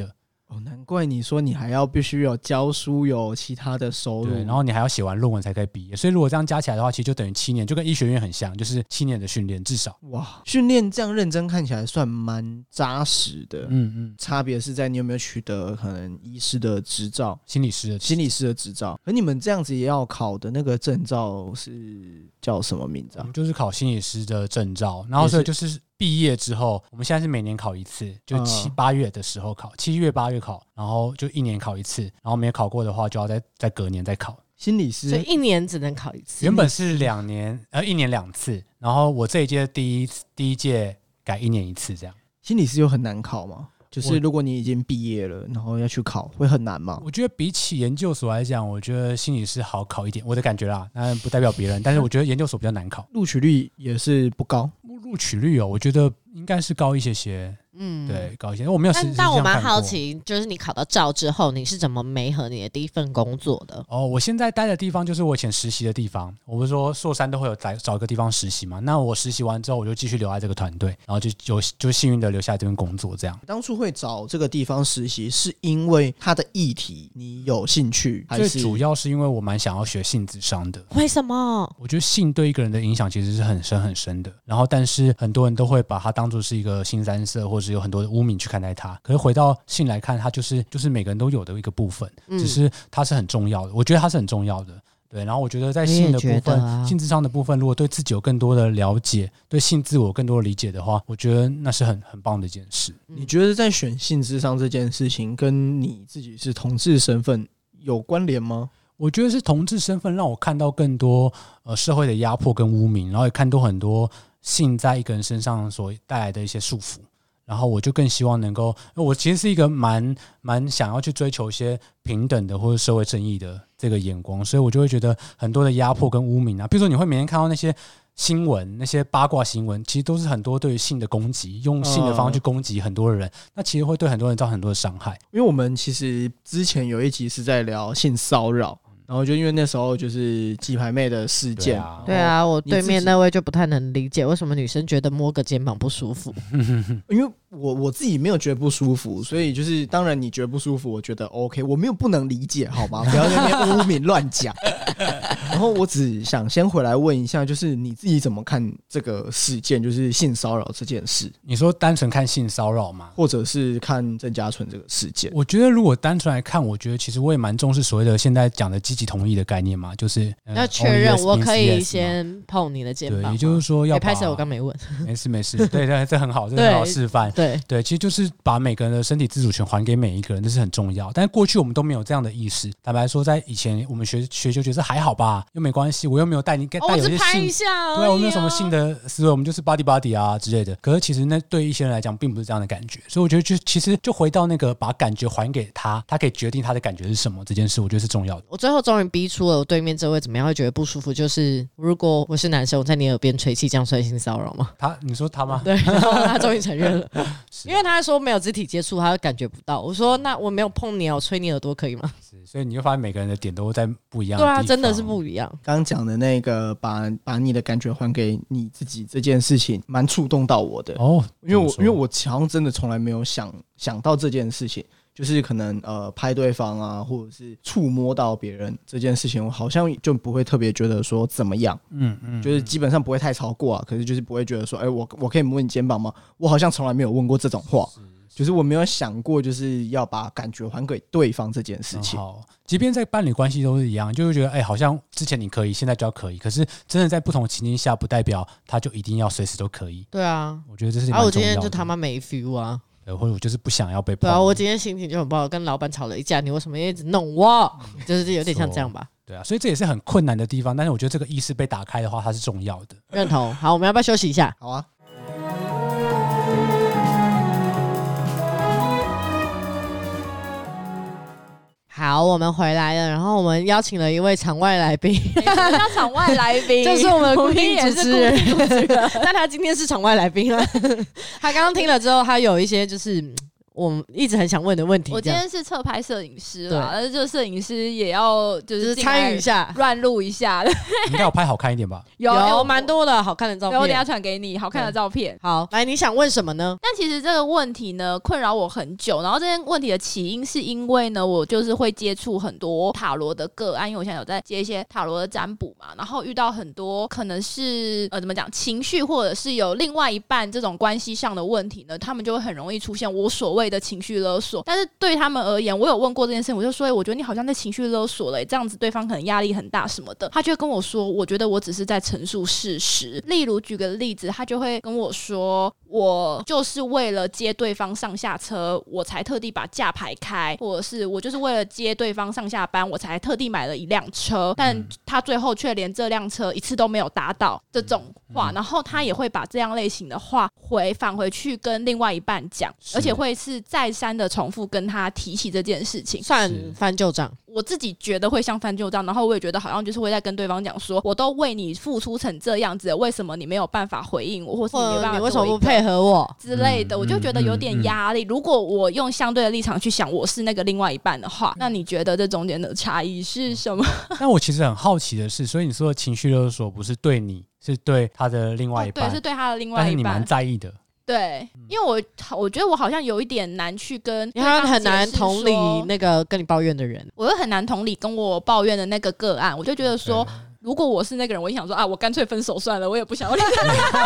哦，难怪你说你还要必须有教书，有其他的收入， 对，然后你还要写完论文才可以毕业，所以如果这样加起来的话，其实就等于7年，就跟医学院很像，就是7年的训练至少。 哇，训练这样认真看起来算蛮扎实的。差别是在你有没有取得可能医师的执照、心理师的执照。而你们这样子也要考的那个证照是叫什么名字啊？ 我们就是考心理师的证照，然后所以就是毕业之后，我们现在是每年考一次，就8月的时候考，7月8月考，然后就1年考一次，然后没有考过的话，就要再隔年再考。 心理师， 所以1年只能考一次。 原本是1年2次，然后我这一届第一届改1年1次这样。 心理师又很难考吗？就是如果你已经毕业了，然后要去考，会很难吗？ 我觉得比起研究所来讲，我觉得心理师好考一点，我的感觉啦，当然不代表别人，但是我觉得研究所比较难考， 录取率也是不高。 录取率我觉得应该是高一些。对，高一些。我没有但我蛮好奇，就是你考到照之后，你是怎么媒合你的第一份工作的？ 我现在待的地方就是我以前实习的地方。我不是说硕3都会有找一个地方实习嘛？那我实习完之后，我就继续留在这个团队，然后就幸运的留下来这边工作。这样， 当初会找这个地方实习，是因为它的议题你有兴趣，还是最主要是因为我蛮想要学性智商的？ 为什么？ 我觉得性对一个人的影响其实是很深很深的。然后，但是很多人都会把它当作是一个腥羶色，或者是有很多的污名去看待它。可是回到性来看，它就是每个人都有的一个部分，只是它是很重要的。我觉得它是很重要的。对，然后我觉得在性的部分，性智商的部分，如果对自己有更多的了解，对性自我有更多的理解的话，我觉得那是很棒的一件事。 你觉得在选性智商这件事情，跟你自己是同志身份有关联吗？ 我觉得是同志身份让我看到更多社会的压迫跟污名，然后也看到很多性在一个人身上所带来的一些束缚。然后我就更希望能够，我其实是一个蛮想要去追求一些平等的或者社会正义的这个眼光，所以我就会觉得很多的压迫跟污名啊，比如说你会每天看到那些新闻，那些八卦新闻，其实都是很多对于性的攻击，用性的方式去攻击很多的人，那其实会对很多人造成很多的伤害。 因为我们其实之前有一集是在聊性骚扰。然后就因为那时候就是鸡排妹的事件， 对啊，我对面那位就不太能理解为什么女生觉得摸个肩膀不舒服， 因为我自己没有觉得不舒服，所以就是当然你觉得不舒服，我觉得 OK， 我没有不能理解，好吗？不要在那边污名乱讲。然后我只想先回来问一下，就是你自己怎么看这个事件，就是性骚扰这件事？ 你说单纯看性骚扰吗？ 或者是看郑家纯这个事件？ 我觉得如果单纯来看，我觉得其实我也蛮重视所谓的现在讲的积极同意的概念嘛，就是要确认我可以先碰你的肩膀。 对，也就是说要拍摄我刚没问。 没事，对，这很好，这很好示范。对，其实就是把每个人的身体自主权还给每一个人，这是很重要。但是过去我们都没有这样的意识。坦白说，在以前我们学就觉得还好吧，又没关系，我又没有带有一些性，对，我没有什么性的思维，我们就是 body 啊之类的。可是其实那对一些人来讲，并不是这样的感觉。所以我觉得其实就回到那个把感觉还给他可以决定他的感觉是什么这件事，我觉得是重要的。 我最后终于逼出了我对面这位怎么样会觉得不舒服，就是如果我是男生，我在你耳边吹气，这样算性骚扰吗？ 你说他吗？ 对，然后他终于承认了，因为他说没有肢体接触，他感觉不到。我说那我没有碰你，我吹你耳朵可以吗？ 所以你就发现每个人的点都在不一样的地方。 对啊，真的是不一样。 刚刚讲的那个把你的感觉还给你自己这件事情，蛮触动到我的哦。因为我好像真的从来没有想到这件事情。就是可能拍对方啊，或者是触摸到别人这件事情，我好像就不会特别觉得说怎么样，就是基本上不会太超过啊。可是就是不会觉得说，我可以摸你肩膀吗？我好像从来没有问过这种话，就是我没有想过就是要把感觉还给对方这件事情。 好，即便在伴侣关系都是一样，就会觉得好像之前你可以，现在就要可以。可是真的在不同的情境下，不代表他就一定要随时都可以。 对啊， 我觉得这是蛮重要的。 我今天就他妈没 feel 啊。 或者我就是不想要被碰。 对啊，我今天心情就很不好，跟老板吵了一架，你为什么一直弄我？就是有点像这样吧。 对啊，所以这也是很困难的地方，但是我觉得这个意识被打开的话，它是重要的。 认同。好，我们要不要休息一下？ 好啊。 好，我们回来了，然后我们邀请了一位场外来宾。 叫场外来宾， 就是我们的固定主持人，但他今天是场外来宾了。他刚刚听了之后，他有一些就是我们一直很想问的问题。 我今天是侧拍摄影师啦，但是这个摄影师也要就是参与一下， 乱录一下。 应该有拍好看一点吧？ 有蛮多的好看的照片， 我等一下传给你好看的照片。 好，来，你想问什么呢？ 但其实这个问题呢，困扰我很久。然后这件问题的起因是因为呢，我就是会接触很多塔罗的个案，因为我现在有在接一些塔罗的占卜嘛，然后遇到很多可能是怎么讲情绪，或者是有另外一半这种关系上的问题呢，他们就会很容易出现我所谓的情绪勒索。但是对他们而言，我有问过这件事情，我就说，我觉得你好像在情绪勒索了，这样子对方可能压力很大什么的。他就会跟我说，我觉得我只是在陈述事实。例如举个例子，他就会跟我说，我就是为了接对方上下车，我才特地把假排开，或者是我就是为了接对方上下班，我才特地买了一辆车，但他最后却连这辆车一次都没有搭到这种话，然后他也会把这样类型的话返回去跟另外一半讲，而且会是再三的重复跟他提起这件事情， 算翻旧账。 我自己觉得会像翻旧账，然后我也觉得好像就是会在跟对方讲说，我都为你付出成这样子了，为什么你没有办法回应我，或是你没办法， 你为什么不配合我之类的，我就觉得有点压力。如果我用相对的立场去想，我是那个另外一半的话，那你觉得这中间的差异是什么？ 但我其实很好奇的是，所以你说的情绪勒索不是对你，是对他的另外一半， 对，是对他的另外一半， 但是你蛮在意的。 对，因为我觉得我好像有一点难去跟对方解释说， 因为他很难同理那个跟你抱怨的人， 我又很难同理跟我抱怨的那个个案，我就觉得说，如果我是那个人，我就想说啊，我干脆分手算了，我也不想要这样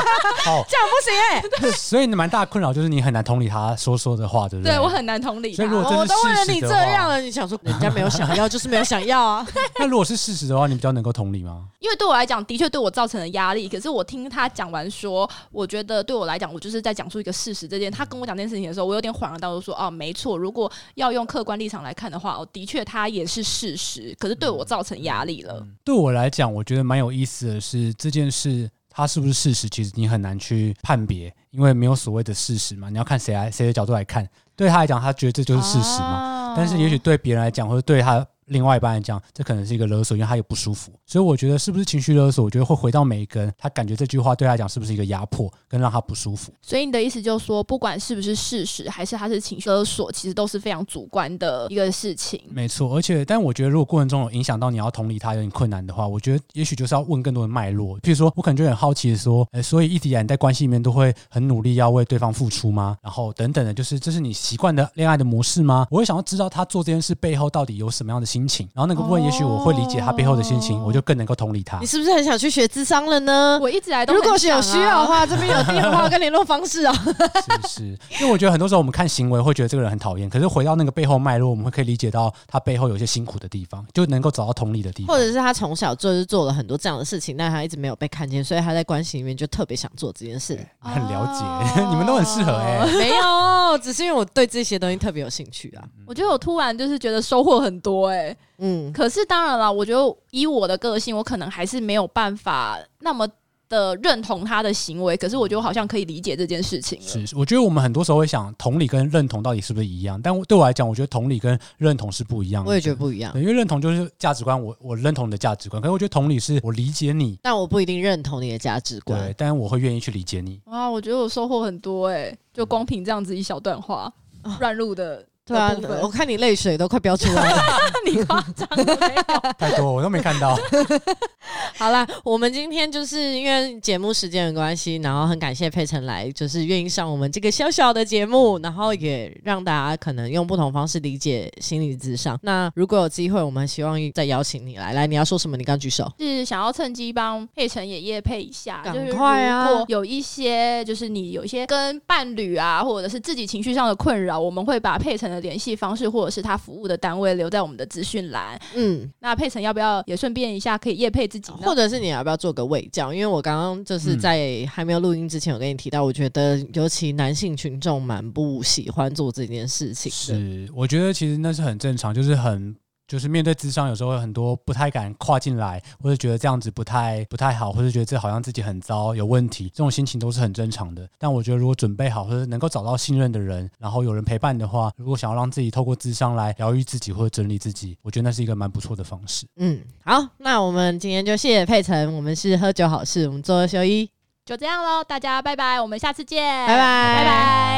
不行所以你蛮大的困扰就是你很难同理他说的话，对不对？ 对，我很难同理他。 所以如果我都为了你这样了， 了，你想说人家没有想要，就是没有想要啊。 那如果是事实的话，你比较能够同理吗？ 因为对我来讲，的确对我造成了压力。可是我听他讲完说，我觉得对我来讲，我就是在讲述一个事实。他跟我讲这件事情的时候，我有点恍然大悟，说哦，没错，如果要用客观立场来看的话，的确它也是事实。可是对我造成压力了。 对我来讲，我觉得蛮有意思的是这件事。它是不是事实？其实你很难去判别，因为没有所谓的事实嘛。你要看谁的角度来看。对他来讲，他觉得这就是事实嘛。但是也许对别人来讲，或者对他另外一半来讲，这可能是一个勒索，因为他也不舒服。所以我觉得是不是情绪勒索，我觉得会回到每一个人，他感觉这句话对他来讲是不是一个压迫，跟让他不舒服。 所以你的意思就是说，不管是不是事实，还是他是情绪勒索，其实都是非常主观的一个事情。 没错，而且但我觉得如果过程中有影响到你要同理他有点困难的话，我觉得也许就是要问更多的脉络。譬如说我可能就很好奇的说，所以一直以来你在关系里面都会很努力要为对方付出吗？然后等等的，就是这是你习惯的恋爱的模式吗？我会想要知道他做这件事背后到底有什么样的心情，然后那个部分也许我会理解他背后的心情，我就更能够同理他。 你是不是很想去学諮商了呢？ 我一直来都很想啊， 如果是有需要的话，这边有电话跟联络方式啊。 是，因为我觉得很多时候我们看行为会觉得这个人很讨厌，可是回到那个背后脉络，我们会可以理解到他背后有一些辛苦的地方，就能够找到同理的地方。 或者是他从小就是做了很多这样的事情，但他一直没有被看见，所以他在关系里面就特别想做这件事。 你很了解，你们都很适合没有，只是因为我对这些东西特别有兴趣啊。 我觉得我突然就是觉得收获很多可是当然了，我觉得以我的个性，我可能还是没有办法那么的认同他的行为，可是我觉得我好像可以理解这件事情了。 是，我觉得我们很多时候会想同理跟认同到底是不是一样，但对我来讲，我觉得同理跟认同是不一样的。 我也觉得不一样， 因为认同就是价值观，我认同你的价值观，可是我觉得同理是我理解你， 但我不一定认同你的价值观。 对，但我会愿意去理解你。 哇，我觉得我收获很多就光凭这样子一小段话乱入的。 对啊，我看你泪水都快飙出来了。 你夸张了没有？ 太多我都没看到。 好啦，我们今天就是因为节目时间的关系，然后很感谢佩岑来，就是愿意上我们这个小小的节目，然后也让大家可能用不同方式理解心理咨商。那如果有机会，我们希望再邀请你来，你要说什么？你刚举手， 是想要趁机帮佩岑也业配一下， 赶快啊！ 就是如果有一些就是你有一些跟伴侣啊，或者是自己情绪上的困扰，我们会把佩岑的联系方式或者是他服务的单位留在我们的资讯栏。那佩岑要不要也顺便一下可以业配自己呢？ 或者是你要不要做个卫教？因为我刚刚就是在还没有录音之前，有跟你提到，我觉得尤其男性群众蛮不喜欢做这件事情的。 是，我觉得其实那是很正常，就是面对諮商有时候有很多不太敢跨进来，或者觉得这样子不太好，或者觉得这好像自己很糟有问题，这种心情都是很正常的。但我觉得如果准备好，或者能够找到信任的人，然后有人陪伴的话，如果想要让自己透过諮商来疗愈自己或者整理自己，我觉得那是一个蛮不错的方式。 好，那我们今天就谢谢佩岑，我们是喝酒好事，我们做休一， 就这样咯，大家拜拜，我们下次见， 拜拜， 拜拜。